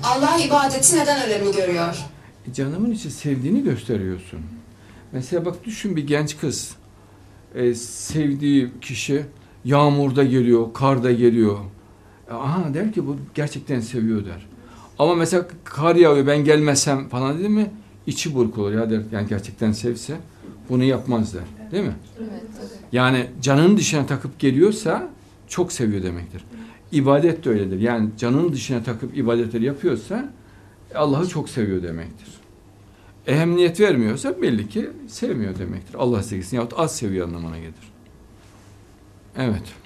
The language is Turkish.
Allah ibadeti neden önemli görüyor? Canımın içi sevdiğini gösteriyorsun. Mesela bak düşün, bir genç kız sevdiği kişi yağmurda geliyor, karda geliyor. Aha der ki bu gerçekten seviyor der. Ama mesela kar yağıyor, ben gelmesem falan dedi mi içi buruk olur ya der. Yani gerçekten sevse bunu yapmaz der. Değil mi? Evet, tabii. Yani canının dışına takıp geliyorsa çok seviyor demektir. İbadet de öyledir. Yani canının dışına takıp ibadetleri yapıyorsa Allah'ı çok seviyor demektir. Ehemmiyet vermiyorsa belli ki sevmiyor demektir. Allah sevgisi yahut az seviyor anlamına gelir. Evet.